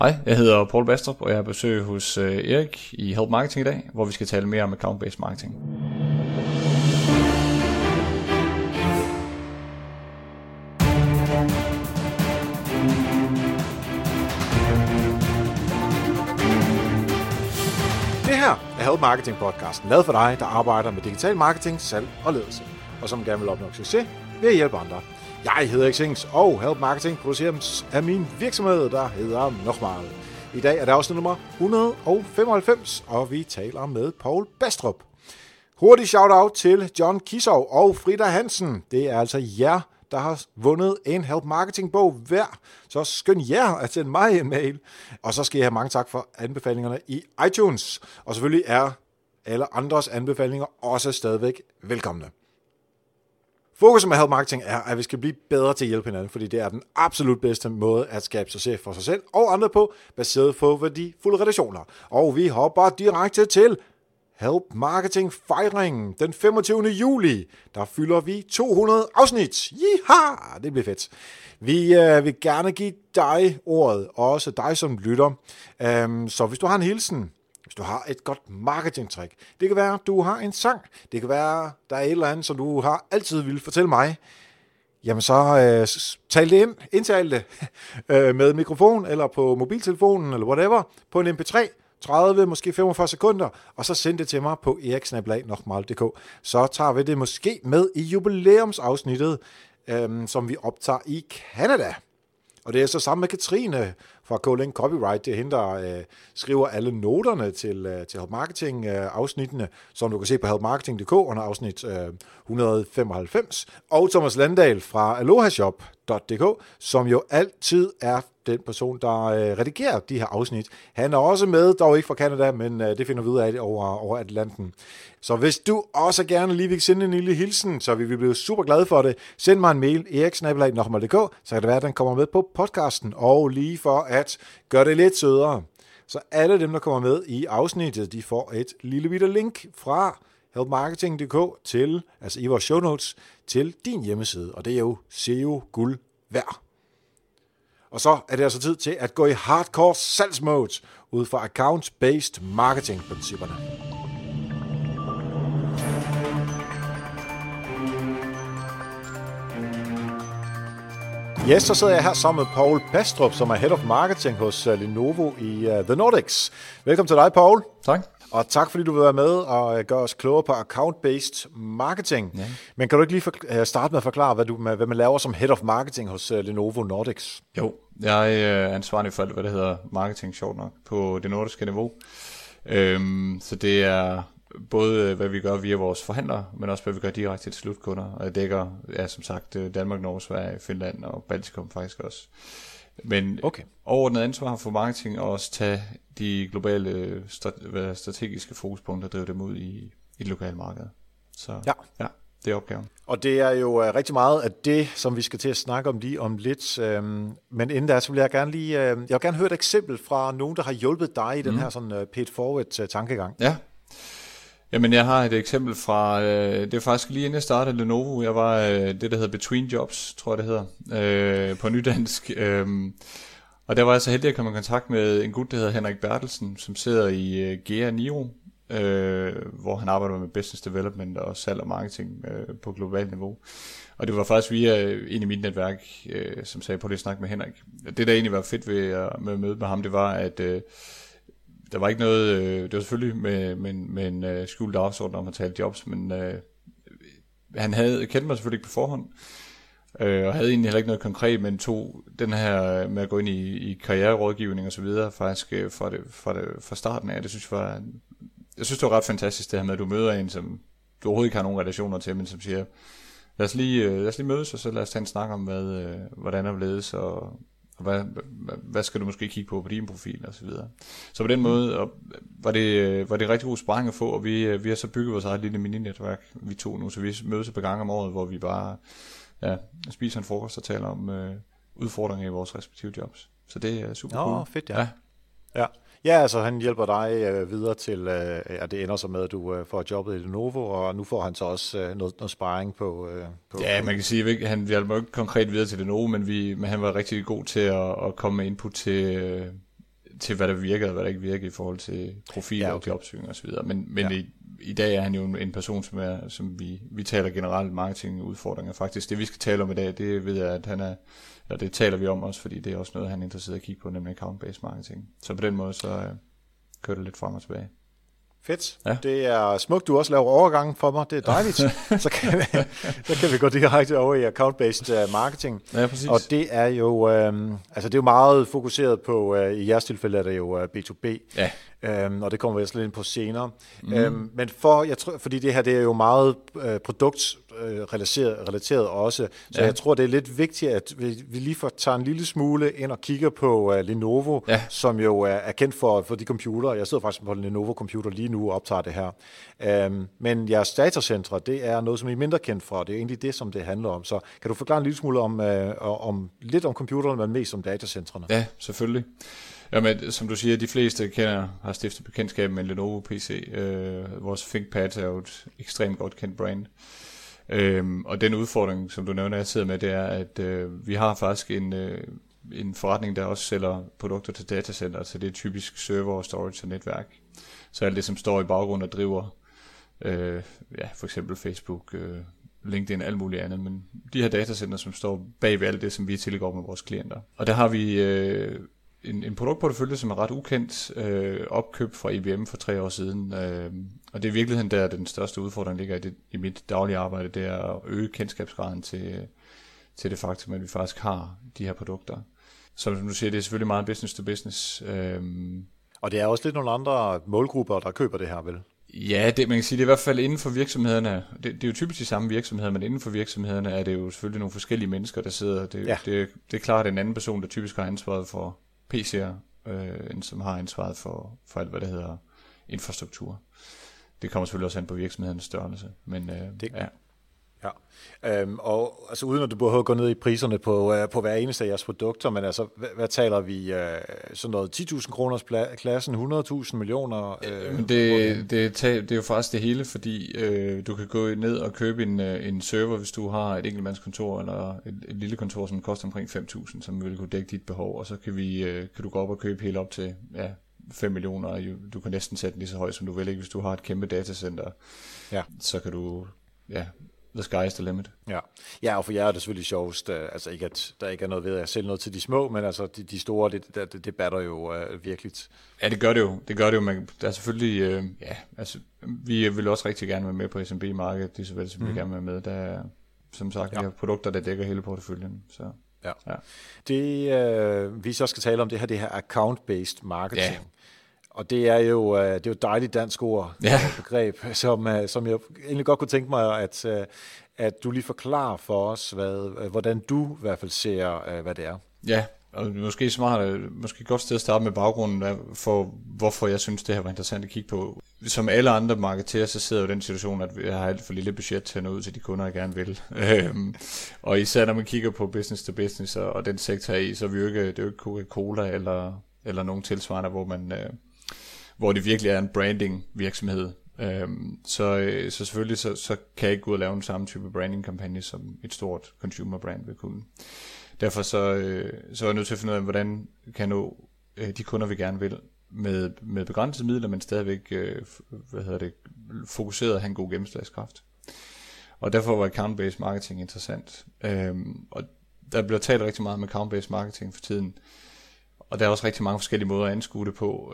Hej, jeg hedder Paul Bastrup, og jeg er besøg hos Erik i Help Marketing i dag, hvor vi skal tale mere om account-based marketing. Det her er Help Marketing podcasten, lavet for dig, der arbejder med digital marketing, salg og ledelse, og som gerne vil opnå succes ved at hjælpe andre. Jeg hedder Erik Sings, og Help Marketing produceres af min virksomhed, der hedder Nochmal. I dag er det afsnit nummer 195, og vi taler med Paul Bastrup. Hurtig shout-out til John Kisov og Frida Hansen. Det er altså jer, der har vundet en Help Marketing-bog hver. Så skynd jer at sende mig en mail. Og så skal jeg have mange tak for anbefalingerne i iTunes. Og selvfølgelig er alle andres anbefalinger også stadigvæk velkomne. Fokus med Help Marketing er, at vi skal blive bedre til at hjælpe hinanden, fordi det er den absolut bedste måde at skabe succes for sig selv og andre på, baseret på værdifulde relationer. Og vi hopper direkte til Help Marketing fejringen den 25. juli. Der fylder vi 200 afsnit. Jiha! Det bliver fedt. Vi vil gerne give dig ordet, og også dig som lytter. Så hvis du har en hilsen, hvis du har et godt marketingtrick, det kan være, at du har en sang, det kan være, der er et eller andet, som du har altid ville fortælle mig, jamen så tal det ind, indtal det med mikrofon, eller på mobiltelefonen, eller whatever, på en mp3, 30, måske 45 sekunder, og så send det til mig på eriksnablag.nochmal.dk. Så tager vi det måske med i jubilæumsafsnittet, som vi optager i Canada. Og det er så sammen med Katrine fra K-Link Copyright. Det er hende, der skriver alle noterne til Help Marketing afsnittene, som du kan se på helpmarketing.dk under afsnit 195. Og Thomas Landahl fra alohashop.dk, som jo altid er den person, der redigerer de her afsnit. Han er også med, dog ikke fra Canada, men det finder vi ud af over Atlanten. Så hvis du også gerne lige vil sende en lille hilsen, så vi vil blive super glade for det, send mig en mail, eriksnablag.nochmal.dk, så kan det være, at den kommer med på podcasten. Og lige for at gøre det lidt sødere, så alle dem, der kommer med i afsnittet, de får et lille bitte link fra helpmarketing.dk til, altså i vores show notes, til din hjemmeside. Og det er jo SEO guld værd. Og så er det altså tid til at gå i hardcore salgsmode ud fra account-based marketing-principperne. Yes, så sidder jeg her sammen med Paul Bastrup, som er Head of Marketing hos Lenovo i The Nordics. Velkommen til dig, Paul. Tak. Og tak, fordi du vil være med og gøre os klogere på account-based marketing. Ja. Men kan du ikke lige starte med at forklare, hvad man laver som Head of Marketing hos Lenovo Nordics? Jo, jeg er ansvarlig for alt, hvad det hedder marketing, sjovt nok, på det nordiske niveau. Så det er både, hvad vi gør via vores forhandlere, men også, hvad vi gør direkte til slutkunder. Og jeg dækker, som sagt, Danmark, Norge, Sverige, Finland og Baltikum faktisk også. Men overordnet ansvar for marketing og også tage de globale strategiske fokuspunkter og drive dem ud i et lokalt marked. Så ja, det er opgaven. Og det er jo rigtig meget af det, som vi skal til at snakke om lige om lidt. Men inden da, så vil jeg gerne høre et eksempel fra nogen, der har hjulpet dig i den her sådan paid-forward tankegang. Ja. Jamen, jeg har et eksempel fra, det er faktisk lige inden jeg startede Lenovo. Jeg var det, der hedder Between Jobs, tror jeg det hedder, på nydansk. Og der var jeg så heldig at komme i kontakt med en gut, der hedder Henrik Bertelsen, som sidder i GEA Niro, hvor han arbejder med business development og salg og marketing på globalt niveau. Og det var faktisk via en i mit netværk, som sagde, på det snak med Henrik. Det, der egentlig var fedt ved at møde med ham, det var, at der var ikke noget, det var selvfølgelig med en skjult dagsorden om at tale jobs, men han kendte mig selvfølgelig ikke på forhånd, og havde egentlig heller ikke noget konkret, men tog den her med at gå ind i karriererådgivning og så videre, faktisk fra starten af. Det synes jeg synes det var ret fantastisk, det her med, at du møder en, som du overhovedet ikke har nogen relationer til, men som siger, lad os lige mødes, og så lad os tage en snak om, hvordan der ledes, og hvad skal du måske kigge på din profil og så videre. Så på den måde var det rigtig god sparring at få, og vi har så bygget vores eget lille mini-netværk, vi to nu, så vi mødes et par gange om året, hvor vi bare spiser en frokost og taler om udfordringer i vores respektive jobs. Så det er super cool. Fedt, ja. Ja, altså han hjælper dig videre til, at det ender så med, at du får jobbet i Lenovo, og nu får han så også noget sparring på... Ja, man kan sige, at han hjælper ikke konkret videre til Lenovo, men han var rigtig god til at komme med input til til hvad der virker og hvad der ikke virker i forhold til profiler og jobsøgning og så videre. Men i dag er han jo en person, som vi taler generelt marketingudfordringer. Faktisk det, vi skal tale om i dag, det ved jeg, at han er, eller det taler vi om også, fordi det er også noget, han er interesseret at kigge på, nemlig account-based marketing. Så på den måde, så kører det lidt frem og tilbage. Fedt. Ja. Det er smukt, du også laver overgangen for mig. Det er dejligt. så kan vi gå direkte over i account-based marketing. Ja, præcis. Og det er jo, det er jo meget fokuseret på, i jeres tilfælde er det jo B2B. Ja. Og det kommer vi også lidt ind på senere. Men jeg tror, fordi det her det er jo meget produktrelateret også, så jeg tror, det er lidt vigtigt, at vi lige tager en lille smule ind og kigger på Lenovo, som jo er kendt for de computere. Jeg sidder faktisk på en Lenovo-computer lige nu og optager det her. Men jeres datacentre, det er noget, som I er mindre kendt fra, og det er egentlig det, som det handler om. Så kan du forklare en lille smule lidt om computerne, men mest om datacentrene? Ja, selvfølgelig. Jamen, som du siger, de fleste har stiftet bekendtskab med en Lenovo PC. Vores ThinkPad er jo et ekstremt godt kendt brand. Og den udfordring, som du nævner, jeg sidder med, det er, at vi har faktisk en forretning, der også sælger produkter til datacenter, så det er typisk server, storage og netværk. Så alt det, som står i baggrunden og driver, for eksempel Facebook, LinkedIn og alt muligt andet, men de her datacenter, som står bag ved alt det, som vi tilgår med vores klienter. Og der har vi en produktportefølje, som er ret ukendt, opkøbt fra IBM for 3 år siden, og det er i virkeligheden der, den største udfordring ligger i mit daglige arbejde, det er at øge kendskabsgraden til det faktum, at vi faktisk har de her produkter. Som du siger, det er selvfølgelig meget business to business. Og det er også lidt nogle andre målgrupper, der køber det her, vel? Ja, man kan sige, det er i hvert fald inden for virksomhederne. Det er jo typisk de samme virksomheder, men inden for virksomhederne er det jo selvfølgelig nogle forskellige mennesker, der sidder. Det er klart en anden person, der typisk har ansvaret for PC'er, end som har ansvaret for alt, hvad det hedder infrastruktur. Det kommer selvfølgelig også an på virksomhedens størrelse. Men og altså uden at du behøver at gå ned i priserne på hver eneste af jeres produkter, men altså, hvad taler vi? Sådan noget 10.000 kroners klassen, 100.000 millioner? Det er jo faktisk det hele, fordi du kan gå ned og købe en server, hvis du har et enkeltmandskontor eller et lille kontor, som koster omkring 5.000, som vil kunne dække dit behov, og så kan du gå op og købe helt op til 5 millioner. Du kan næsten sætte den lige så højt, som du vil, ikke? Hvis du har et kæmpe datacenter, så kan du... The sky is the limit. Ja, og for jer er det selvfølgelig sjovest, altså ikke at der ikke er noget ved at sælge noget til de små, men altså de store, det batter jo virkelig. Ja, det gør det jo, men der er selvfølgelig, vi vil også rigtig gerne være med på SMB-markedet, det er så vel, som vi gerne vil være med. Der er, som sagt, vi har produkter, der dækker hele porteføljen, så... Ja. Det vi så skal tale om, det her account-based marketing. Og det er jo et dejligt dansk ord, begreb, som jeg egentlig godt kunne tænke mig, at du lige forklarer for os, hvordan du i hvert fald ser, hvad det er. Ja, og måske godt sted at starte med baggrunden for, hvorfor jeg synes, det her var interessant at kigge på. Som alle andre marketerer, så sidder jo den situation, at jeg har alt for lille budget til at nå ud til de kunder, jeg gerne vil. Og især når man kigger på business to business og den sektor i, så er det er jo ikke Coca-Cola eller nogen tilsvarende, hvor det virkelig er en branding virksomhed. Så selvfølgelig så kan jeg ikke gå ud og lave en samme type branding kampagne, som et stort consumer brand vil kunne. Derfor så er jeg nødt til at finde ud af, hvordan kan jeg nå de kunder, vi gerne vil, med begrænsede midler, men stadigvæk fokuseret at have en god gennemslagskraft. Og derfor var account-based marketing interessant. Og der bliver talt rigtig meget om account-based marketing for tiden. Og der er også rigtig mange forskellige måder at anskue det på.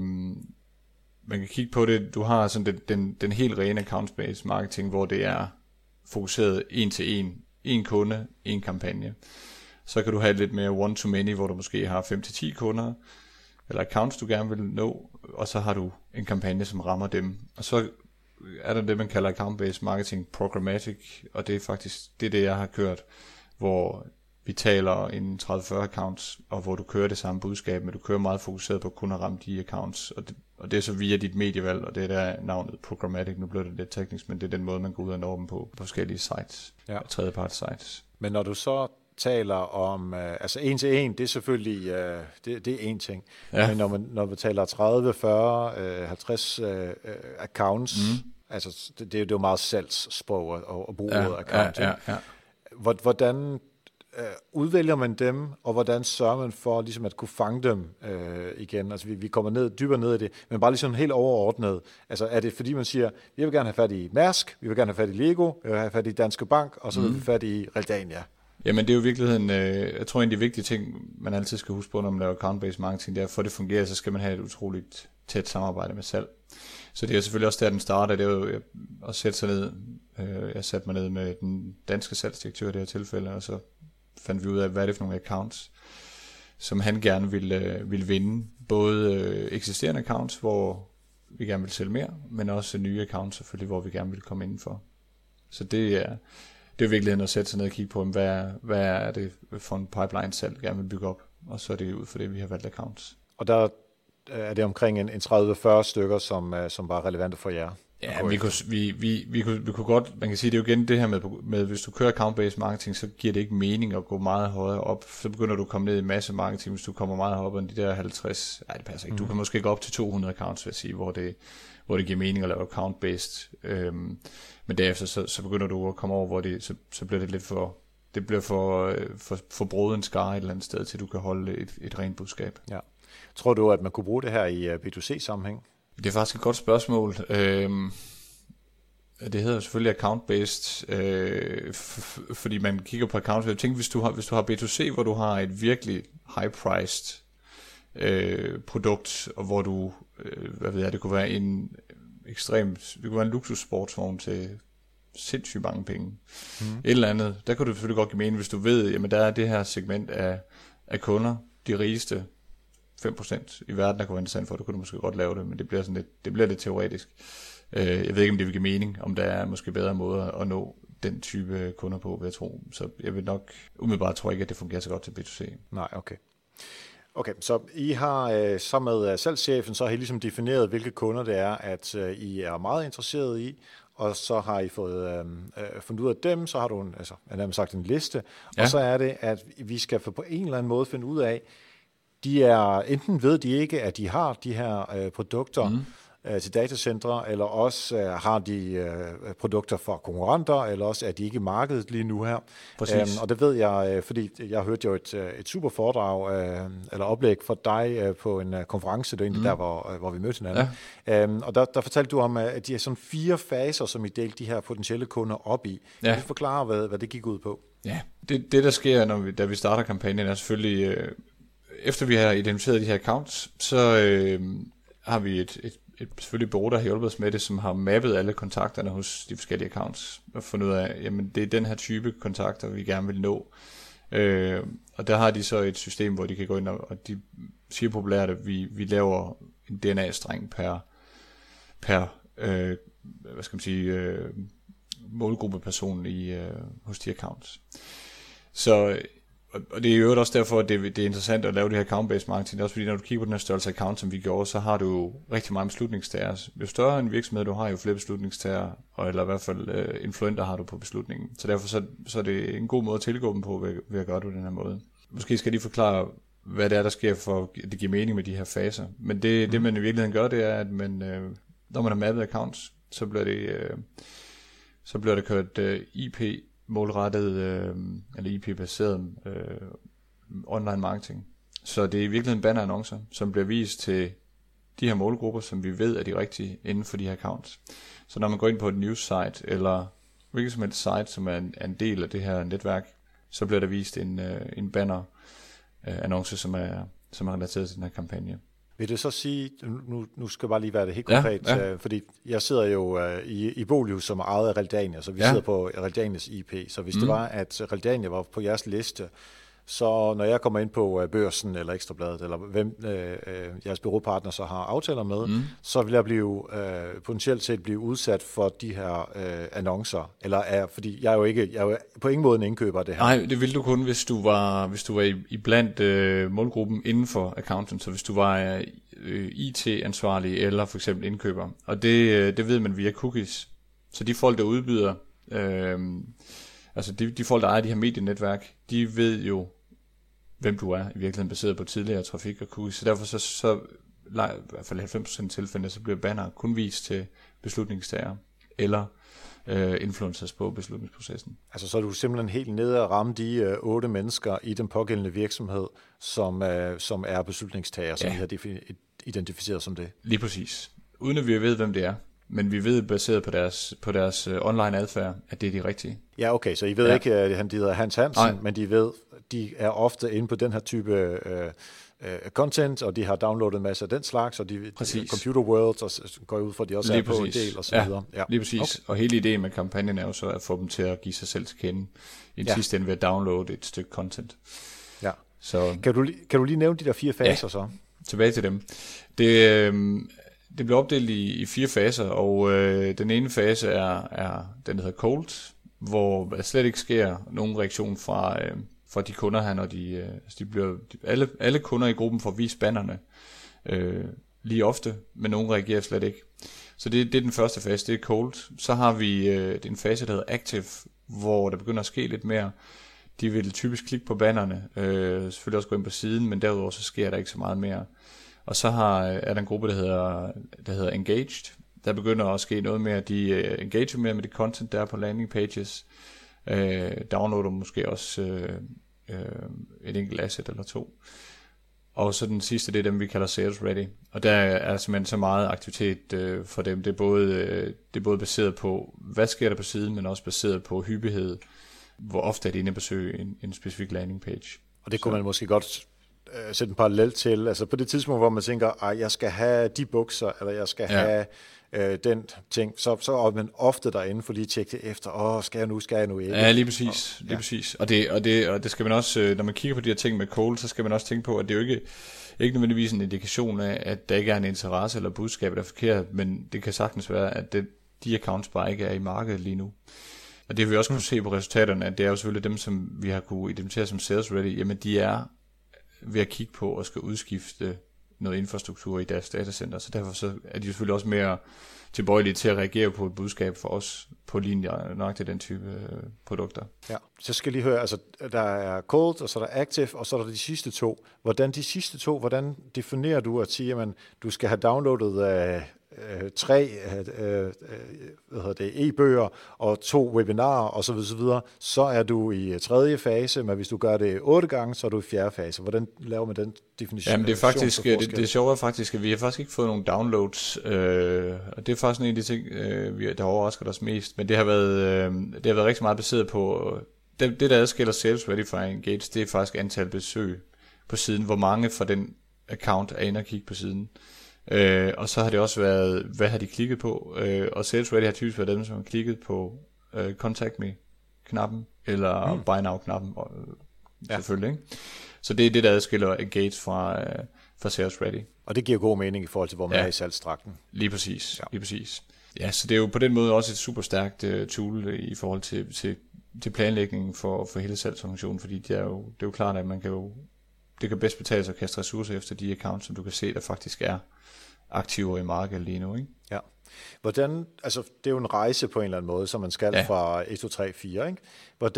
Man kan kigge på det, du har sådan den helt rene account-based marketing, hvor det er fokuseret en til en kunde, en kampagne. Så kan du have lidt mere one-to-many, hvor du måske har 5-10 kunder, eller accounts, du gerne vil nå, og så har du en kampagne, som rammer dem. Og så er der det, man kalder account-based marketing programmatic, og det er faktisk det, jeg har kørt, hvor vi taler en 30-40 accounts, og hvor du kører det samme budskab, men du kører meget fokuseret på kun at ramme de accounts, og det er så via dit medievalg, og det er der navnet programmatic, nu bliver det lidt teknisk, men det er den måde, man går ud og når dem på forskellige sites, tredjeparts sites. Men når du så taler om, altså en til en, det er selvfølgelig, det er en ting, men når vi taler 30, 40, 50 accounts, altså det er jo meget salgssprog at bruge ordet accounting. Hvordan udvælger man dem, og hvordan sørger man for ligesom at kunne fange dem igen? Altså vi kommer dybere ned i det, men bare ligesom helt overordnet. Altså er det fordi man siger, vi vil gerne have fat i Mærsk, vi vil gerne have fat i Lego, vi vil have fat i Danske Bank, og så vil vi have fat i Realdania? Jamen det er jo i virkeligheden, jeg tror en af de vigtige ting, man altid skal huske på, når man laver account-based marketing, det er, for det fungerer, så skal man have et utroligt tæt samarbejde med salg. Så det er selvfølgelig også der, den starter, det er jo at sætte sig ned. Jeg satte mig ned med den danske salgsdirektør i det her tilfælde, og så fandt vi ud af, hvad er det for nogle accounts, som han gerne ville vinde. Både eksisterende accounts, hvor vi gerne vil sælge mere, men også nye accounts selvfølgelig, hvor vi gerne vil komme indenfor. Så det er virkelig at sætte sig ned og kigge på, hvad er det for en pipeline salg gerne vil bygge op, og så er det ud for det, vi har valgt accounts. Og der er det omkring en 30-40 stykker, som var relevante for jer? Ja, vi kunne godt, man kan sige, det er jo igen det her med hvis du kører account-based marketing, så giver det ikke mening at gå meget højere op, så begynder du at komme ned i masse marketing, hvis du kommer meget højere op end de der 50, nej det passer ikke, du kan måske gå op til 200 accounts, vil jeg sige, hvor det giver mening at lave account-based, men derefter så begynder du at komme over, hvor så bliver det lidt for, det bliver for broden skare et eller andet sted, til du kan holde et rent budskab. Ja. Tror du, at man kunne bruge det her i B2C-sammenhæng? Det er faktisk et godt spørgsmål. Det hedder selvfølgelig account-based, fordi man kigger på accounts. Jeg tænker, hvis du har B2C, hvor du har et virkelig high-priced produkt, og hvor du, det kunne være en luksussportsvogn til sindssygt mange penge. Et eller andet, der kan du selvfølgelig godt give mening, hvis du ved, jamen der er det her segment af kunder, de rigeste 5% i verden, der kunne være interessant for, du kunne du måske godt lave det, men det bliver lidt teoretisk. Jeg ved ikke, om det vil give mening, om der er måske bedre måder at nå den type kunder på, vil jeg tro. Så jeg vil nok umiddelbart tror ikke, at det fungerer så godt til B2C. Nej, okay. Okay, så I har sammen med salgschefen, så har I ligesom defineret, hvilke kunder det er, at I er meget interesseret i, og så har I fået fundet ud af dem, så har du en liste, ja. Og så er det, at vi skal på en eller anden måde finde ud af, de er, enten ved de ikke, at de har de her produkter til datacentre, eller også har de produkter for konkurrenter, eller også er de ikke i markedet lige nu her. Og det ved jeg, fordi jeg hørte jo et super foredrag, eller oplæg for dig på en konference, det er egentlig der, hvor vi mødte hinanden. Ja. Og der fortalte du om, at de er sådan 4 faser, som I delte de her potentielle kunder op i. Ja. Kan du forklare, hvad det gik ud på? Ja, det der sker, da vi starter kampagnen, er selvfølgelig, efter vi har identificeret de her accounts, så har vi et selvfølgelig bureau, der har hjulpet os med det, som har mappet alle kontakterne hos de forskellige accounts, og fundet ud af, jamen det er den her type kontakter, vi gerne vil nå. Og der har de så et system, hvor de kan gå ind, og de siger populært, at vi laver en DNA-streng per målgruppeperson hos de accounts. Så og det er jo også derfor, at det er interessant at lave det her account-based marketing. Det er også fordi, når du kigger på den her størrelse account, som vi gjorde, så har du jo rigtig mange beslutningstager. Jo større en virksomhed du har, jo flere beslutningstager, eller i hvert fald influenter har du på beslutningen. Så derfor så er det en god måde at tilgå dem på, ved at gøre det på den her måde. Måske skal jeg lige forklare, hvad det er, der sker, for at det giver mening med de her faser. Men det man i virkeligheden gør, det er, at når man har mappet accounts, så bliver det kørt IP målrettet eller IP-baseret online marketing. Så det er i virkeligheden bannerannoncer, som bliver vist til de her målgrupper, som vi ved er de rigtige inden for de her accounts. Så når man går ind på et news site, eller hvilket som helst site, som er en del af det her netværk, så bliver der vist en banner-annonce, som er relateret til den her kampagne. Vil det så sige, nu skal jeg bare lige være det helt konkret, fordi jeg sidder jo i Bolius, som er ejet af Realdania, så vi sidder på Realdanias IP. Så hvis det var, at Realdania var på jeres liste, så når jeg kommer ind på Børsen eller Ekstrabladet, eller hvem jeres bureaupartner så har aftaler med, så vil jeg potentielt set blive udsat for de her annoncer. Fordi jeg er jo på ingen måde en indkøber af det her. Nej, det ville du kun, hvis du var i blandt målgruppen inden for accounten, så hvis du var IT-ansvarlig eller for eksempel indkøber. Og det ved man via cookies. Så de folk, der udbyder, altså de folk, der ejer de her medienetværk, de ved jo, hvem du er, i virkeligheden baseret på tidligere trafik og cookies. Så derfor så i hvert fald 90% tilfælde, så bliver banner kun vist til beslutningstagere. eller influencers på beslutningsprocessen. Altså så er du simpelthen helt nede og ramme de 8 mennesker i den pågældende virksomhed, som er beslutningstagere, som vi har identificeret som det. Lige præcis. Uden at vi ved, hvem det er. Men vi ved, baseret på deres online adfærd, at det er de rigtige. Ja, okay, så I ved ikke, at de hedder Hans Hansen, men de ved, de er ofte inde på den her type content, og de har downloadet en masse af den slags, og de Computer World, og går ud fra, at de også lige er på en del, og så videre. Ja, lige præcis. Okay. Og hele ideen med kampagnen er jo så at få dem til at give sig selv til kende i den sidste ende ved at downloade et stykke content. Ja. Så kan du lige nævne de der 4 faser så? Tilbage til dem. Det bliver opdelt i 4 faser, og den ene fase er den, der hedder cold, hvor der slet ikke sker nogen reaktion fra de kunder her, når alle kunder i gruppen får vist bannerne lige ofte, men nogen reagerer slet ikke. Så det er den første fase, det er cold. Så har vi en fase, der hedder active, hvor der begynder at ske lidt mere. De vil typisk klikke på bannerne, selvfølgelig også gå ind på siden, men derudover så sker der ikke så meget mere. Og så er der en gruppe, der hedder engaged. Der begynder at ske noget mere, de engager mere med det content, der er på landing pages. Downloader måske også et enkelt asset eller 2. Og så den sidste, det er dem, vi kalder sales ready. Og der er simpelthen så meget aktivitet for dem. Det er både baseret på, hvad sker der på siden, men også baseret på hyppighed. Hvor ofte er det inde at besøge en specifik landing page. Og det kunne man måske godt sætte en parallel til. Altså på det tidspunkt, hvor man tænker, jeg skal have de bukser, eller jeg skal have den ting, så er man ofte derinde for lige at tjekke det efter, skal jeg nu ikke? Ja, lige præcis. Lige præcis. Og det skal man også, når man kigger på de her ting med cold, så skal man også tænke på, at det er jo ikke nødvendigvis en indikation af, at der ikke er en interesse eller budskab, der er forkert, men det kan sagtens være, at de accounts bare ikke er i markedet lige nu. Og det har vi også kunne se på resultaterne, at det er jo selvfølgelig dem, som vi har kunne identificere som sales ready, jamen de er ved at kigge på og skal udskifte noget infrastruktur i deres datacenter, så derfor så er de selvfølgelig også mere tilbøjelige til at reagere på et budskab for os på linje nøjagtigt den type produkter. Ja, så skal lige høre, altså der er cold, og så er der active, og så er der de sidste 2. Hvordan definerer du at sige, at du skal have downloadet 3 e-bøger og 2 webinarer og så videre, så er du i 3. fase, men hvis du gør det 8 gange, så er du i 4. fase. Hvordan laver man den definition? Jamen det er faktisk, det sjove er faktisk, at vi har faktisk ikke fået nogen downloads, og det er faktisk en af de ting, der overrasker os mest, men det har været rigtig meget baseret på, det der adskiller Sales Ready fra Engage, det er faktisk antal besøg på siden, hvor mange fra den account er inde og kigge på siden. Og så har det også været, hvad har de klikket på, og Sales Ready har typisk været dem, som har klikket på Contact Me-knappen, eller Buy Now-knappen, selvfølgelig. Ikke? Så det er det, der adskiller Engage fra Sales Ready. Og det giver god mening i forhold til, hvor man er i salgstrakten. Lige præcis, lige præcis. Ja, så det er jo på den måde også et super stærkt tool i forhold til planlægningen for hele salgsorganisationen, fordi det er jo klart, at det kan bedst betale sig at kaste ressourcer efter de accounts, som du kan se, der faktisk er aktiver i markedet lige nu, ikke? Ja. Hvordan, altså det er jo en rejse på en eller anden måde, som man skal fra 1, 2, 3, 4, ikke?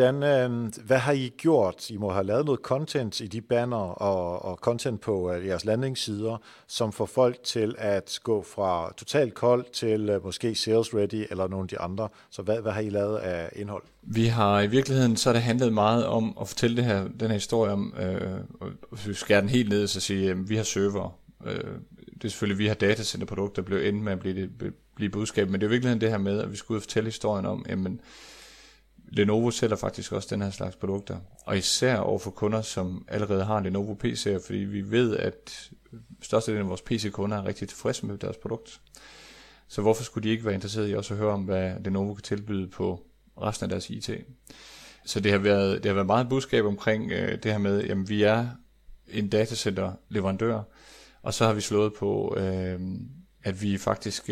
Hvad har I gjort? I må have lavet noget content i de banner og content på jeres landingssider, som får folk til at gå fra totalt kold til måske sales ready eller nogle af de andre. Så hvad har I lavet af indhold? Vi har i virkeligheden, så det handlet meget om at fortælle den her historie om, hvis vi skærer den helt ned, så sige, vi har server. Det er selvfølgelig, vi har datacenterprodukter, der blev endt med at blive budskab, men det er i virkeligheden det her med, at vi skulle ud og fortælle historien om, jamen Lenovo sælger faktisk også den her slags produkter, og især overfor kunder, som allerede har Lenovo PC'er, fordi vi ved, at størstedelen af vores PC-kunder er rigtig tilfredse med deres produkt. Så hvorfor skulle de ikke være interesseret i også at høre om, hvad Lenovo kan tilbyde på resten af deres IT? Så det har været meget budskab omkring det her med, jamen vi er en datacenter-leverandør, og så har vi slået på, at vi faktisk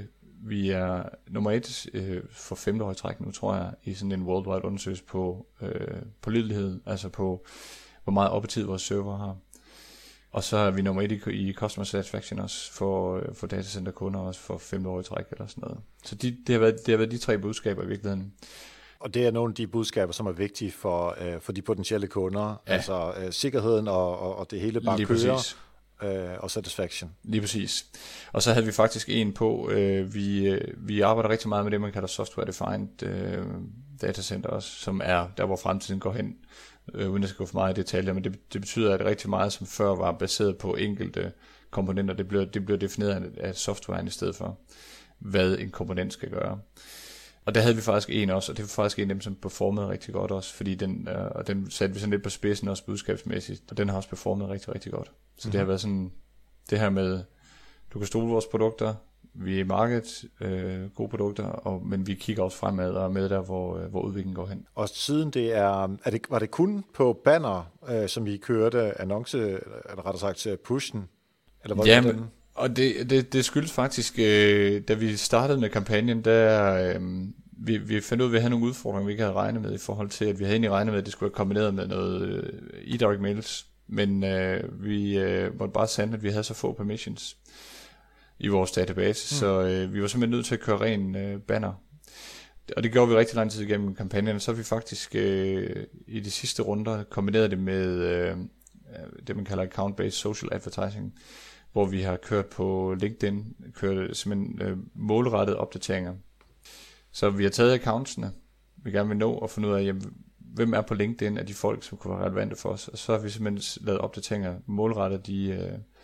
vi er nummer 1 for 5. år i træk nu, tror jeg, i sådan en worldwide undersøgelse på pålidelighed, altså på hvor meget oppetid vores server har. Og så er vi nummer 1 i customer satisfaction også for datacenterkunder, også for 5. år i træk eller sådan noget. Så det har været de 3 budskaber i virkeligheden. Og det er nogle af de budskaber, som er vigtige for de potentielle kunder, altså sikkerheden og det hele bare kører. og satisfaction. Lige præcis. Og så havde vi faktisk en på, vi arbejder rigtig meget med det, man kalder software-defined datacenter også, som er der, hvor fremtiden går hen, uden at skal gå for meget i detaljer, men det betyder, at rigtig meget, som før var baseret på enkelte komponenter, det bliver defineret af softwaren i stedet for, hvad en komponent skal gøre. Og der havde vi faktisk en også, og det var faktisk en af dem, som performede rigtig godt også, fordi den satte vi sådan lidt på spidsen også budskabsmæssigt, og den har også performet rigtig, rigtig godt. Så det har været sådan, det her med, du kan stole vores produkter, vi er i markedet, gode produkter, men vi kigger også fremad og er med der, hvor udviklingen går hen. Og siden var det kun på banner, som I kørte annonce, eller rettere sagt pushen? Eller var Jamen, det og det skyldes faktisk, da vi startede med kampagnen, der vi fandt ud af, at vi havde nogle udfordringer, vi ikke havde regnet med, i forhold til, at vi havde egentlig regnet med, at det skulle være kombineret med noget e-direct mails, men vi måtte bare sande, at vi havde så få permissions i vores database, så vi var simpelthen nødt til at køre ren banner. Og det gjorde vi rigtig lang tid igennem kampagnen, så har vi faktisk i de sidste runder kombineret det med det, man kalder account-based social advertising, hvor vi har kørt på LinkedIn, kørt simpelthen målrettede opdateringer. Så vi har taget accountsene, vi gerne vil nå og finde ud af, jamen, hvem er på LinkedIn af de folk, som kunne være relevante for os. Og så har vi simpelthen lavet opdateringer målrettet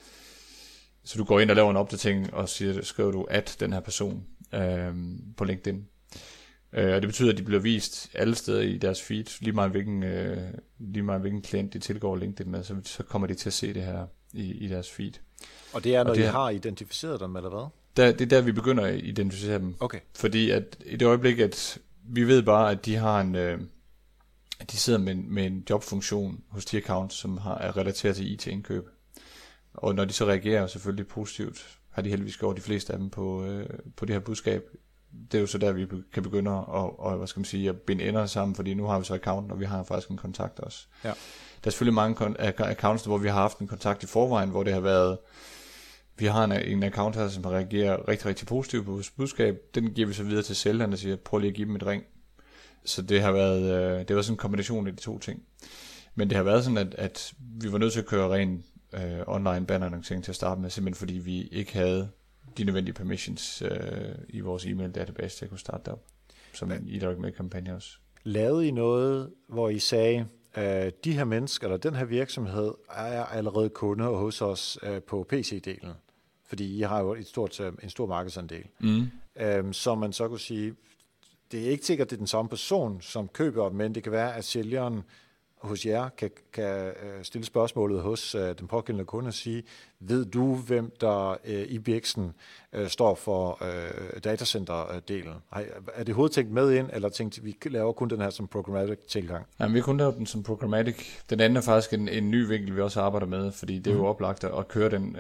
så du går ind og laver en opdatering og skriver du at den her person på LinkedIn. Og det betyder, at de bliver vist alle steder i deres feed, lige meget hvilken klient de tilgår LinkedIn med, så kommer de til at se det her i deres feed. Og det er, når I har identificeret dem, eller hvad? Det er der, vi begynder at identificere dem. Okay. Fordi at i det øjeblik, at vi ved bare, at de har at de sidder med en jobfunktion hos de accounts, som er relateret til IT-indkøb. Og når de så reagerer selvfølgelig positivt, har de heldigvis gjort de fleste af dem på det her budskab. Det er jo så der, vi kan begynde at binde ender sammen, fordi nu har vi så accounten, og vi har faktisk en kontakt også. Ja. Der er selvfølgelig mange accounts, hvor vi har haft en kontakt i forvejen, hvor det har været, vi har en account her, som reagerer rigtig, rigtig positivt på vores budskab. Den giver vi så videre til sælgerne og siger, prøv lige at give dem et ring. Så det har været sådan en kombination af de to ting. Men det har været sådan, at vi var nødt til at køre ren online bannerannoncering til at starte med, simpelthen fordi vi ikke havde de nødvendige permissions i vores e-mail database til at kunne starte op som en e-direct mail kampagne også. Lavede I noget, hvor I sagde, de her mennesker eller den her virksomhed er allerede kunder hos os på PC-delen, fordi I har jo en stor markedsandel. Så man så kunne sige, det er ikke sikkert, det er den samme person, som køber, men det kan være, at sælgeren hos jer kan stille spørgsmålet hos den pågældende kunde og sige, ved du, hvem der i Birksen står for datacenter-delen? Er det hovedet tænkt med ind, eller tænkt, vi laver kun den her som programmatic tilgang? Jamen, vi har kun lavet den som programmatic. Den anden er faktisk en ny vinkel, vi også arbejder med, fordi det er jo oplagt at køre den.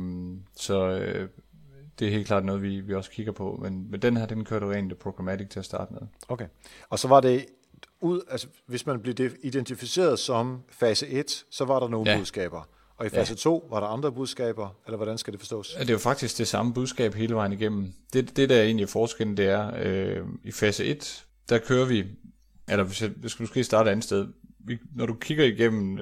Det er helt klart noget, vi også kigger på, men den her, den kører du rent programmatic til at starte med. Okay, og så var det hvis man blev identificeret som fase 1, så var der nogle budskaber. Og i fase 2 var der andre budskaber, eller hvordan skal det forstås? Det er jo faktisk det samme budskab hele vejen igennem. Det der er egentlig forskellen, det er, i fase 1, der kører vi, eller hvis jeg skal måske starte et andet sted, når du kigger igennem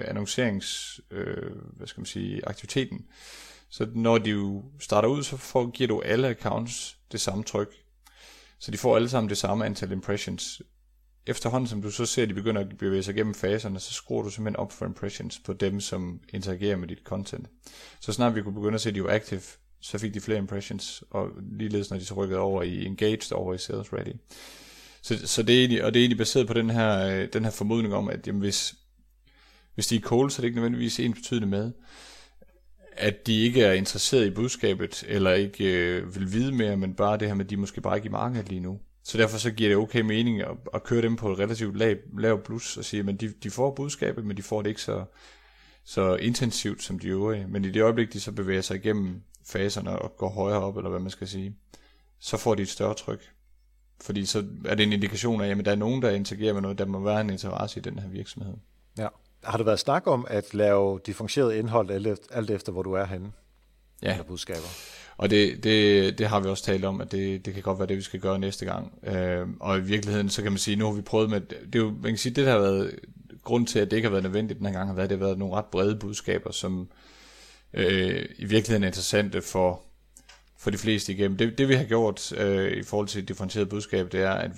aktiviteten, så når de jo starter ud, så giver du alle accounts det samme tryk. Så de får alle sammen det samme antal impressions. Efterhånden, som du så ser, at de begynder at bevæge sig gennem faserne, så skruer du simpelthen op for impressions på dem, som interagerer med dit content. Så snart vi kunne begynde at se, at de var active, så fik de flere impressions, og ligeledes når de så rykkede over i engaged, over i sales ready. Så det er egentlig baseret på den her formodning om, at jamen, hvis de er cold, så er det ikke nødvendigvis ensbetydende med, at de ikke er interesseret i budskabet, eller ikke vil vide mere, men bare det her med, at de måske bare ikke i markedet lige nu. Så derfor så giver det okay mening at køre dem på et relativt lav blus og sige, at de får budskabet, men de får det ikke så intensivt som de øvrige. Men i det øjeblik, de så bevæger sig igennem faserne og går højere op, eller hvad man skal sige, så får de et større tryk. Fordi så er det en indikation af, at der er nogen, der interagerer med noget, der må være en interesse i den her virksomhed. Ja. Har der været snak om at lave differentieret indhold alt efter, hvor du er henne? Ja. Eller budskaber? Og det har vi også talt om, at det kan godt være det, vi skal gøre næste gang. Og i virkeligheden, så kan man sige, nu har vi prøvet med, det er jo, man kan sige, det der har været grund til, at det ikke har været nødvendigt den her gang, det har været nogle ret brede budskaber, som i virkeligheden interessante for de fleste igennem. Det vi har gjort i forhold til et differentieret budskab, det er, at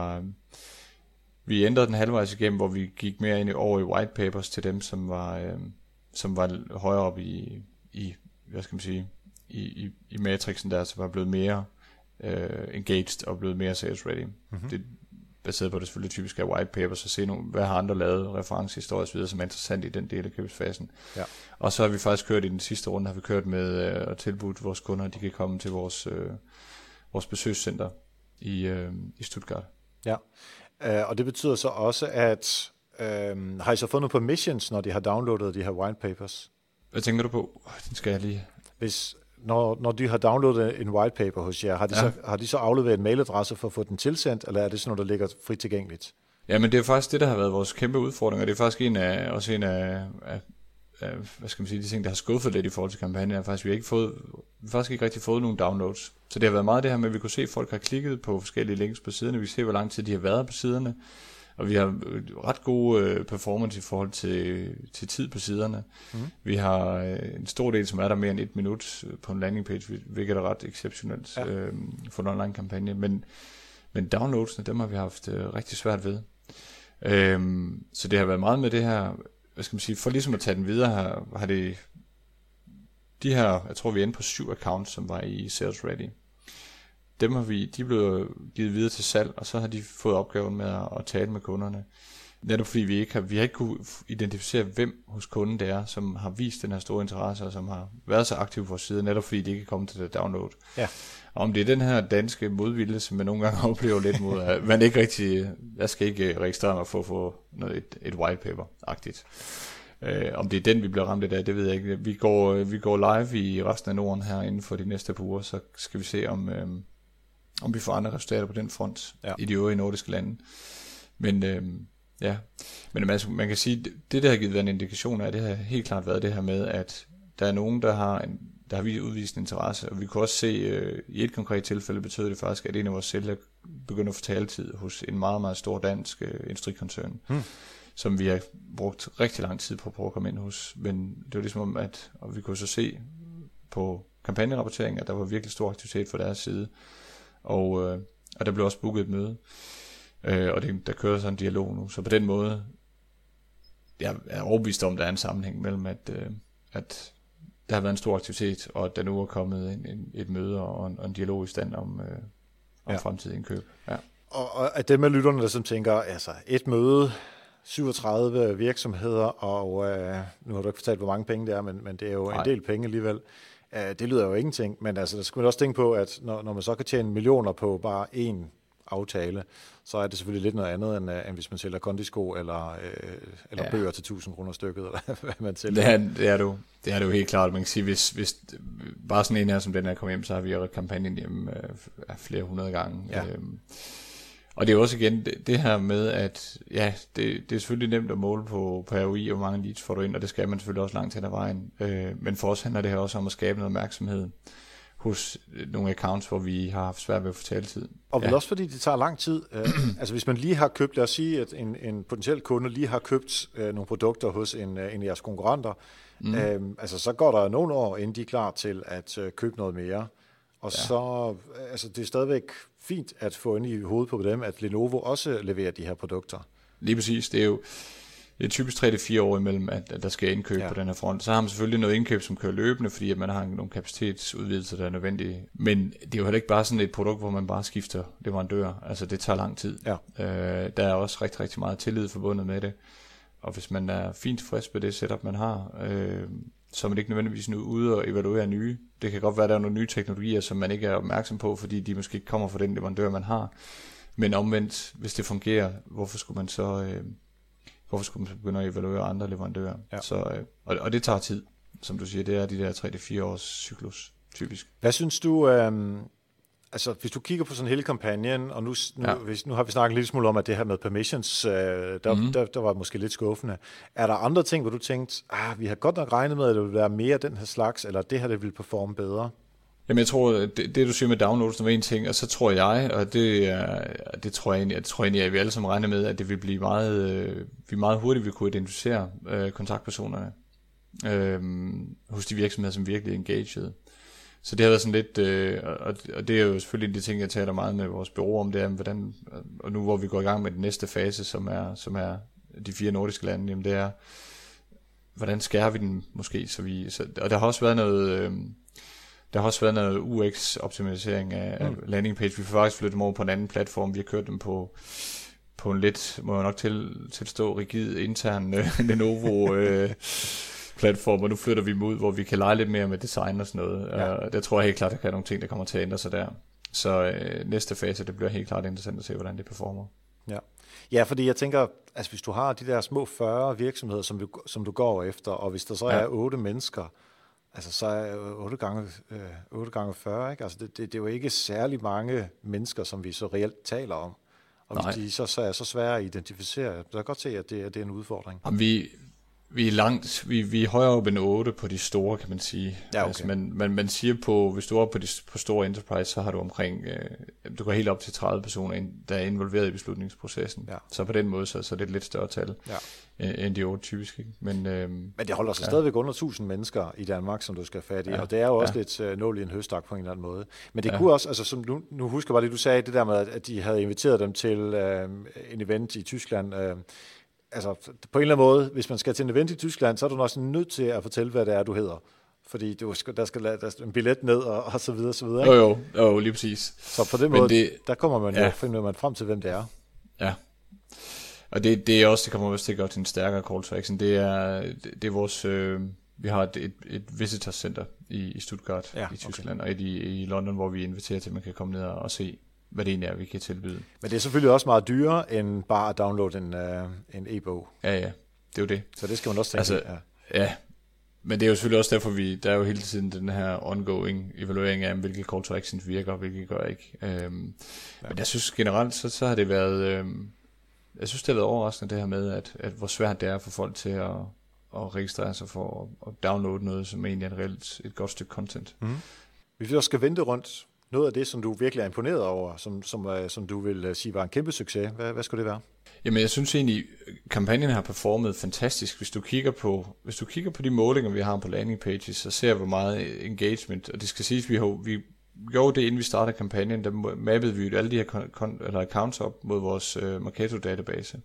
vi ændrede den halvvejs igennem, hvor vi gik mere ind over i white papers til dem, som var højere op i hvad skal man sige, i matrixen der, som var blevet mere engaged og blevet mere sales ready. Mm-hmm. Det baseret på det selvfølgelig typisk af white papers, og se hvad har andre lavet, referencehistorier og så videre, som er interessant i den del af købsfasen. Ja. Og så har vi faktisk kørt i den sidste runde, har vi kørt med at tilbudt vores kunder, at de kan komme til vores besøgscenter i Stuttgart. Ja, og det betyder så også, at har I så fundet permissions, når de har downloadet de her white papers? Hvad tænker du på? Den skal jeg lige... Når de har downloadet en white paper hos jer, har de så afleveret en mailadresse for at få den tilsendt, eller er det sådan noget, der ligger frit tilgængeligt? Ja, men det er faktisk det, der har været vores kæmpe udfordring, og det er faktisk en af hvad skal man sige, de ting, der har skuffet lidt i forhold til kampagnen, er faktisk, vi har faktisk ikke rigtig fået nogen downloads. Så det har været meget det her med, at vi kunne se, at folk har klikket på forskellige links på siderne, vi kan se, hvor lang tid de har været på siderne, og vi har ret gode performance i forhold til tid på siderne. Mm. Vi har en stor del, som er der mere end 1 minut på en landing page, hvilket er ret exceptionelt for en online kampagne. Men downloadsene, dem har vi haft rigtig svært ved. Så det har været meget med det her, hvad skal man sige, for ligesom at tage den videre, har det de her, jeg tror vi er inde på 7 accounts, som var i Sales Ready. De blev givet videre til salg, og så har de fået opgaven med at tale med kunderne. Netop fordi vi har ikke kunne identificere, hvem hos kunden det er, som har vist den her store interesse, og som har været så aktiv på vores side, netop fordi de ikke er kommet til det download. Ja. Og om det er den her danske modvilje, som man nogle gange oplever lidt mod, at man ikke rigtig, jeg skal ikke registrere mig for at få et white paper-agtigt. Om det er den, vi bliver ramt af, det ved jeg ikke. Vi går live i resten af Norden her inden for de næste par uger, så skal vi se, om vi får andre resultater på den front i de øvrige nordiske lande. Men men altså, man kan sige, det der har givet en indikation af, det har helt klart været det her med, at der er nogen, der har udvist en interesse, og vi kunne også se, i et konkret tilfælde betød det faktisk, at en af vores sælgere begyndte at få taletid hos en meget, meget stor dansk industrikoncern, som vi har brugt rigtig lang tid på at prøve at komme ind hos. Men det var ligesom om, og vi kunne så se på kampagnerapporteringen, at der var virkelig stor aktivitet fra deres side, og der blev også booket et møde. Og der kører sådan en dialog nu. Så på den måde, jeg er overbevist om, der er en sammenhæng mellem, at der har været en stor aktivitet, og at der nu er kommet et møde og en dialog i stand om fremtidig indkøb. Ja. Og at dem af lytterne, der som tænker, altså et møde, 37 virksomheder, og nu har du ikke fortalt, hvor mange penge det er, men det er jo en del penge alligevel. Det lyder jo ingenting, men altså, der skal man også tænke på, at når man så kan tjene millioner på bare én aftale, så er det selvfølgelig lidt noget andet, end hvis man sælger kondisko eller bøger til 1.000 kroner stykket, eller hvad man sælger. Det er det jo helt klart. Man kan sige, hvis bare sådan en her som den her kommer hjem, så har vi jo kampagnen hjemme flere 100 gange. Ja. Og det er også igen det her med, at det er selvfølgelig nemt at måle på ROI, og hvor mange leads får du ind, og det skal man selvfølgelig også langt hen ad vejen. Men for os handler det her også om at skabe noget opmærksomhed hos nogle accounts, hvor vi har haft svært ved at få taletid. Og vel også fordi det tager lang tid. Altså hvis man lige har købt, lad os sige, at en potentiel kunde lige har købt nogle produkter hos en af jeres konkurrenter, altså så går der nogle år, inden de er klar til at købe noget mere. Og så, altså det er stadigvæk fint at få ind i hovedet på dem, at Lenovo også leverer de her produkter. Lige præcis, det er typisk 3-4 år imellem, at der skal indkøb på den her front. Så har man selvfølgelig noget indkøb, som kører løbende, fordi at man har nogle kapacitetsudvidelser, der er nødvendige. Men det er jo heller ikke bare sådan et produkt, hvor man bare skifter leverandør. Altså det tager lang tid. Ja. Der er også rigtig, rigtig meget tillid forbundet med det. Og hvis man er fint tilfreds med det setup, man har, så er man ikke nødvendigvis ude og evaluere nye. Det kan godt være, at der er nogle nye teknologier, som man ikke er opmærksom på, fordi de måske ikke kommer fra den leverandør, man har. Men omvendt, hvis det fungerer, hvorfor skulle man så begynde at evaluere andre leverandører? Ja. Så, og det tager tid, som du siger. Det er de der 3-4 års cyklus, typisk. Hvad synes du, altså hvis du kigger på sådan hele kampagnen, og nu har vi snakket en lille smule om, at det her med permissions, der var måske lidt skuffende. Er der andre ting, hvor du tænkte, vi har godt nok regnet med, at det vil være mere den her slags, eller det her, det vil performe bedre? Jamen jeg tror, det du siger med downloads, var en ting, og så tror jeg, og det tror jeg egentlig, at vi alle sammen regner med, at det vil blive meget hurtigt, vi kunne identificere kontaktpersonerne. hos de virksomheder, som virkelig er engaged. Så det har været sådan lidt, og det er jo selvfølgelig de ting, jeg taler meget med vores bureau om, det er, hvordan, og nu hvor vi går i gang med den næste fase, som er de 4 nordiske lande, jamen det er, hvordan skærer vi den måske, og der har også været noget, UX-optimalisering af landing page. Vi får faktisk flyttet dem over på en anden platform. Vi har kørt dem på en lidt, må jeg nok tilstå, rigid intern Lenovo platform, og nu flytter vi dem ud, hvor vi kan lege lidt mere med design og sådan noget. Ja. Der tror jeg helt klart, der kan være nogle ting, der kommer til at ændre sig der. Så næste fase, det bliver helt klart interessant at se, hvordan det performer. Ja, fordi jeg tænker, altså hvis du har de der små 40 virksomheder, som du går efter, og hvis der så er 8 mennesker, altså så er 8 gange 40, ikke? Altså det er jo ikke særlig mange mennesker, som vi så reelt taler om. Og hvis de så er så svære at identificere, så kan jeg godt se, at det er en udfordring. Og vi er langt, vi er højere op end 8 på de store, kan man sige. Ja, okay. Altså, man siger hvis du er på store enterprise, så har du omkring, du går helt op til 30 personer, der er involveret i beslutningsprocessen. Ja. Så på den måde, så er det et lidt større tal end de 8 typisk. Ikke? Men det holder sig stadigvæk under 1000 mennesker i Danmark, som du skal have fat i, og det er jo også lidt nål i en høstak på en eller anden måde. Men det kunne også, altså som nu husker jeg bare det, du sagde, det der med, at de havde inviteret dem til en event i Tyskland. Altså på en eller anden måde, hvis man skal til en event i Tyskland, så er du også nødt til at fortælle, hvad det er, du hedder. Fordi der skal en billet ned og så videre, så videre. Jo, lige præcis. Så på den måde, der kommer man finder man frem til, hvem det er. Ja. Og det er også, det kommer også til at gøre til en stærkere call to action. Det er vores, vi har et visitor center i Stuttgart i Tyskland, og i London, hvor vi inviterer til, at man kan komme ned og se, hvad det egentlig er, vi kan tilbyde. Men det er selvfølgelig også meget dyrere, end bare at downloade en e-bog. Ja, det er jo det. Så det skal man også tænke. Altså, ja, men det er jo selvfølgelig også derfor, der er jo hele tiden den her ongoing evaluering af, hvilke call to actions virker, og hvilke gør ikke. Men jeg synes generelt, så har det været, jeg synes det har været overraskende det her med, at hvor svært det er for folk til at registrere sig for at downloade noget, som egentlig er et godt stykke content. Hvis vi også skal vente rundt, noget af det, som du virkelig er imponeret over, som du vil sige var en kæmpe succes, hvad skulle det være? Jamen, jeg synes egentlig, kampagnen har performet fantastisk. Hvis du kigger på de målinger, vi har på landing pages, så ser hvor meget engagement, og det skal siges, vi gjorde det, inden vi startede kampagnen, der mappede vi alle de her accounts op mod vores Marketo-database,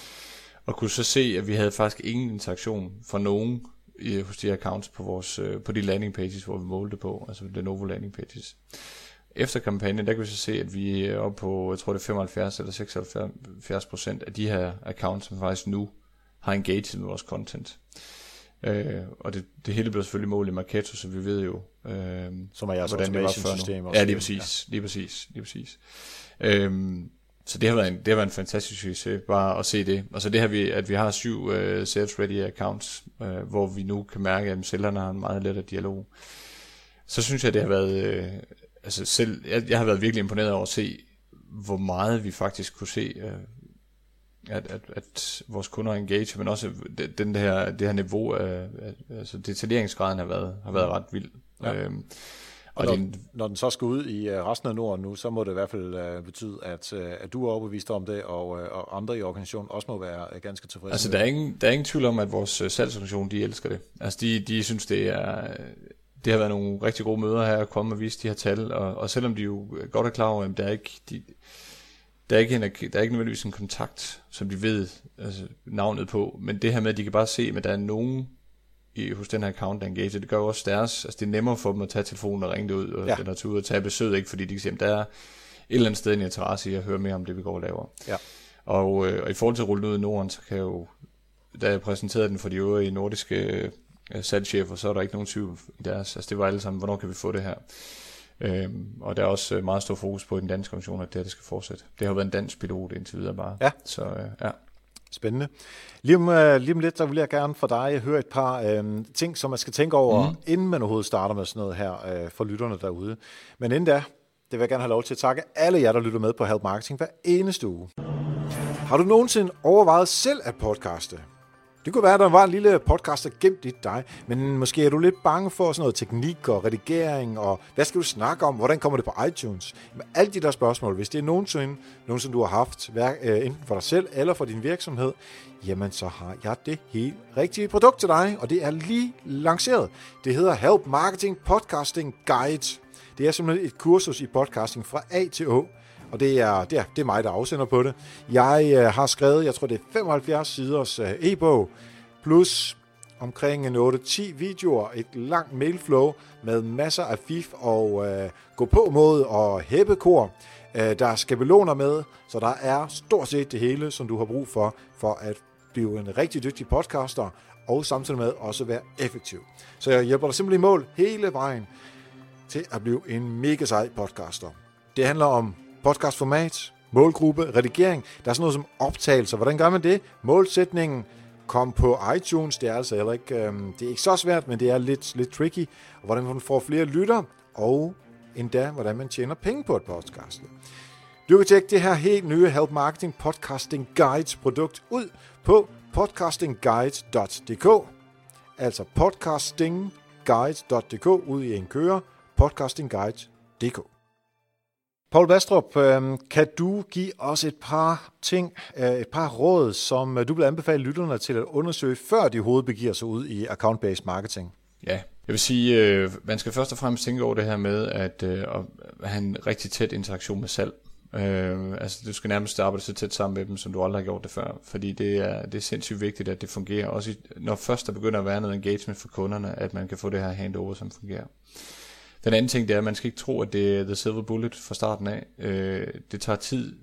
og kunne så se, at vi havde faktisk ingen interaktion fra nogen hos de her accounts på de landing pages, hvor vi målte på, altså Lenovo landing pages. Efter kampagnen, der kan vi så se, at vi er oppe på, jeg tror det er 75 eller 76% af de her accounts, som faktisk nu har engaged med vores content. Og det hele bliver selvfølgelig målt i Marketo, så vi ved jo, som er jeres automation-system. Ja, lige præcis. Så det har været en fantastisk succes, bare at se det. Og så det her, at vi har 7 sales-ready accounts, hvor vi nu kan mærke, at sælgerne har en meget lettere dialog. Så synes jeg, det har været... jeg har været virkelig imponeret over at se, hvor meget vi faktisk kunne se, at vores kunder er engaged, men også det her niveau, altså detaljeringsgraden har været ret vild. Ja. Og når den så skal ud i resten af Norden nu, så må det i hvert fald betyde, at du er overbevist om det, og andre i organisationen også må være ganske tilfredse. Altså der er ingen tvivl om, at vores salgsorganisation, de elsker det. Altså de synes, det har været nogle rigtig gode møder her at komme og vise de her tal, og selvom de jo godt er klar over, at der er ikke nødvendigvis en kontakt, som de ved navnet på, men det her med, at de kan bare se, at der er nogen hos den her account, der er engaged, det gør jo også deres, altså det er nemmere for dem at tage telefonen og ringe det ud, eller tage ud og tage besøg, ikke, fordi de kan se, at der er et eller andet sted en interesse i at høre mere om det, vi går og laver. Ja. Og i forhold til at rulle ud i Norden, så kan da jeg præsenterede den for de øvrige nordiske salgschefer, så er der ikke nogen tvivl i deres, altså det var alle sammen, hvornår kan vi få det her? Og der er også meget stor fokus på i den danske organisation, at det skal fortsætte. Det har været en dansk pilot indtil videre bare. Ja. Så ja. Spændende. Lige om lidt, så vil jeg gerne for dig høre et par ting, som man skal tænke over, inden man overhovedet starter med sådan noget her for lytterne derude. Men inden da, det vil jeg gerne have lov til at takke alle jer, der lytter med på Help Marketing hver eneste uge. Har du nogensinde overvejet selv at podcaste? Det kunne være, at der var en lille podcaster gemt i dig, men måske er du lidt bange for sådan noget teknik og redigering, og hvad skal du snakke om, hvordan kommer det på iTunes? Men alle de der spørgsmål, hvis det er nogensinde du har haft, enten for dig selv eller for din virksomhed, jamen så har jeg det helt rigtige produkt til dig, og det er lige lanceret. Det hedder Help Marketing Podcasting Guide. Det er simpelthen et kursus i podcasting fra A til Å. Og det er mig, der afsender på det. Jeg har skrevet, jeg tror det er 75 siders e-bog, plus omkring 8-10 videoer, et langt mailflow med masser af fif og gå på måde og hæppekor. Der er skabeloner med, så der er stort set det hele, som du har brug for at blive en rigtig dygtig podcaster, og samtidig med også være effektiv. Så jeg hjælper dig simpelthen i mål hele vejen til at blive en mega sej podcaster. Det handler om podcastformat, målgruppe, redigering. Der er sådan noget som optagelser. Hvordan gør man det? Målsætningen, kom på iTunes. Det er altså heller ikke, det er ikke så svært, men det er lidt tricky. Og hvordan man får flere lytter, og endda, hvordan man tjener penge på et podcast. Du kan tjekke det her helt nye Help Marketing Podcasting Guides produkt ud på podcastingguide.dk. Altså podcastingguide.dk ud i en køre. Podcastingguide.dk. Poul Bastrup, kan du give os et par råd, som du vil anbefale lytterne til at undersøge, før de overhovedet begiver sig ud i account-based marketing? Ja, jeg vil sige, man skal først og fremmest tænke over det her med at have en rigtig tæt interaktion med salg. Altså du skal nærmest arbejde så tæt sammen med dem, som du aldrig har gjort det før, fordi det er sindssygt vigtigt, at det fungerer. Også når først der begynder at være noget engagement for kunderne, at man kan få det her handover, som fungerer. Den anden ting, det er, at man skal ikke tro, at det er the silver bullet fra starten af. Det tager tid.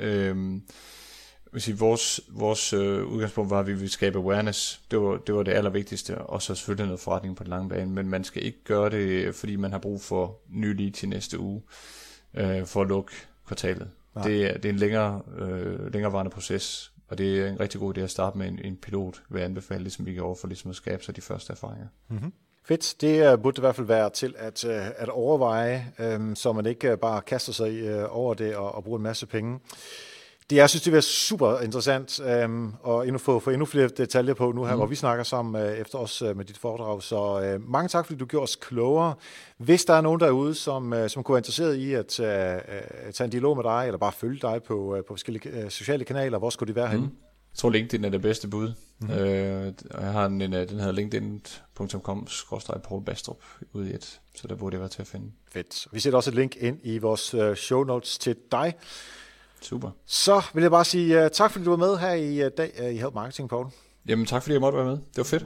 Vores udgangspunkt var, at vi ville skabe awareness. Det var det allervigtigste, og så selvfølgelig noget forretning på den lange bane. Men man skal ikke gøre det, fordi man har brug for nye lead til næste uge, for at lukke kvartalet. Det er en længerevarende proces, og det er en rigtig god idé at starte med en pilot, vil jeg anbefale, ligesom vi gjorde for ligesom at skabe sig de første erfaringer. Mm-hmm. Fedt. Det burde i hvert fald være til at overveje, så man ikke bare kaster sig over det og bruger en masse penge. Det jeg synes, det er super interessant, og få endnu flere detaljer på nu her, hvor vi snakker sammen efter os med dit foredrag. Så mange tak, fordi du gjorde os klogere. Hvis der er nogen derude, som kunne være interesseret i at tage en dialog med dig, eller bare følge dig på forskellige sociale kanaler, hvor skulle de være henne? Jeg tror, LinkedIn er det bedste bud. Jeg har den hedder linkedin.com/Poul Bastrup ude i et, så der burde det være til at finde. Fedt. Vi sætter også et link ind i vores show notes til dig. Super. Så vil jeg bare sige tak, fordi du var med her i dag i Help Marketing, Poul. Jamen tak, fordi jeg måtte være med. Det var fedt.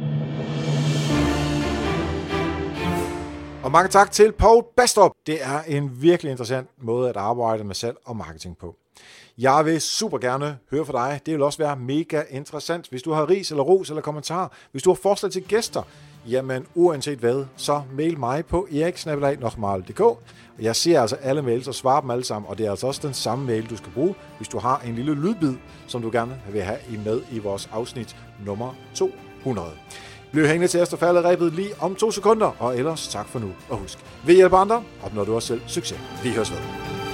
Og mange tak til Poul Bastrup. Det er en virkelig interessant måde at arbejde med salg og marketing på. Jeg vil super gerne høre fra dig. Det vil også være mega interessant. Hvis du har ris eller ros eller kommentar, hvis du har forslag til gæster, jamen uanset hvad, så mail mig på erik@nokmal.dk. Jeg ser altså alle mails og svarer dem alle sammen, og det er altså også den samme mail, du skal bruge, hvis du har en lille lydbid, som du gerne vil have med i vores afsnit nummer 200. Bliv hængende til efter falderebet lige om 2 sekunder, og ellers tak for nu. Og husk, ved hjælp af andre, opnår du også selv succes. Vi høres ved.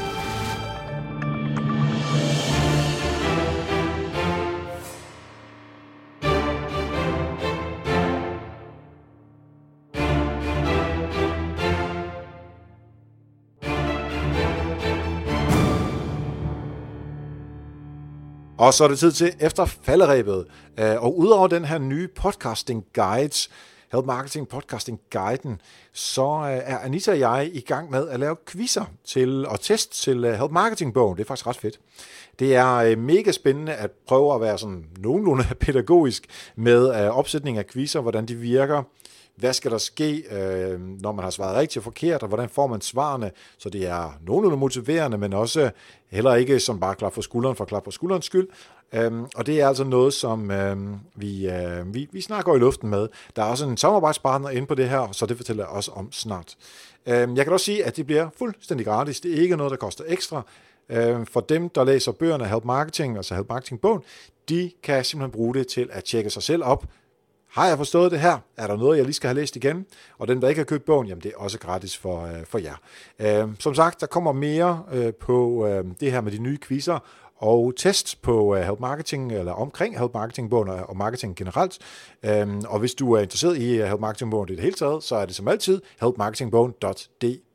Og så er det tid til efter falderebet. Og udover den her nye podcasting guides, Help Marketing Podcasting Guiden, så er Anita og jeg i gang med at lave quizzer og test til Help Marketing bogen. Det er faktisk ret fedt. Det er mega spændende at prøve at være sådan nogenlunde pædagogisk med opsætning af quizzer, hvordan de virker. Hvad skal der ske, når man har svaret rigtigt og forkert, og hvordan får man svarene, så det er nogenlunde motiverende, men også heller ikke som bare klap for skulderen for klap for skulderens skyld. Og det er altså noget, som vi snakker i luften med. Der er også en samarbejdspartner inde på det her, så det fortæller jeg også om snart. Jeg kan også sige, at det bliver fuldstændig gratis. Det er ikke noget, der koster ekstra. For dem, der læser bøgerne Help Marketing, altså Help Marketing-bogen, de kan simpelthen bruge det til at tjekke sig selv op. Har jeg forstået det her? Er der noget, jeg lige skal have læst igen? Og dem, der ikke har købt bogen, jamen det er også gratis for jer. Som sagt, der kommer mere på det her med de nye quizzer, og test på Help Marketing, eller omkring Help Marketing-bogen og marketing generelt. Og hvis du er interesseret i Help Marketing-bogen i det hele taget, så er det som altid helpmarketingbogen.dk.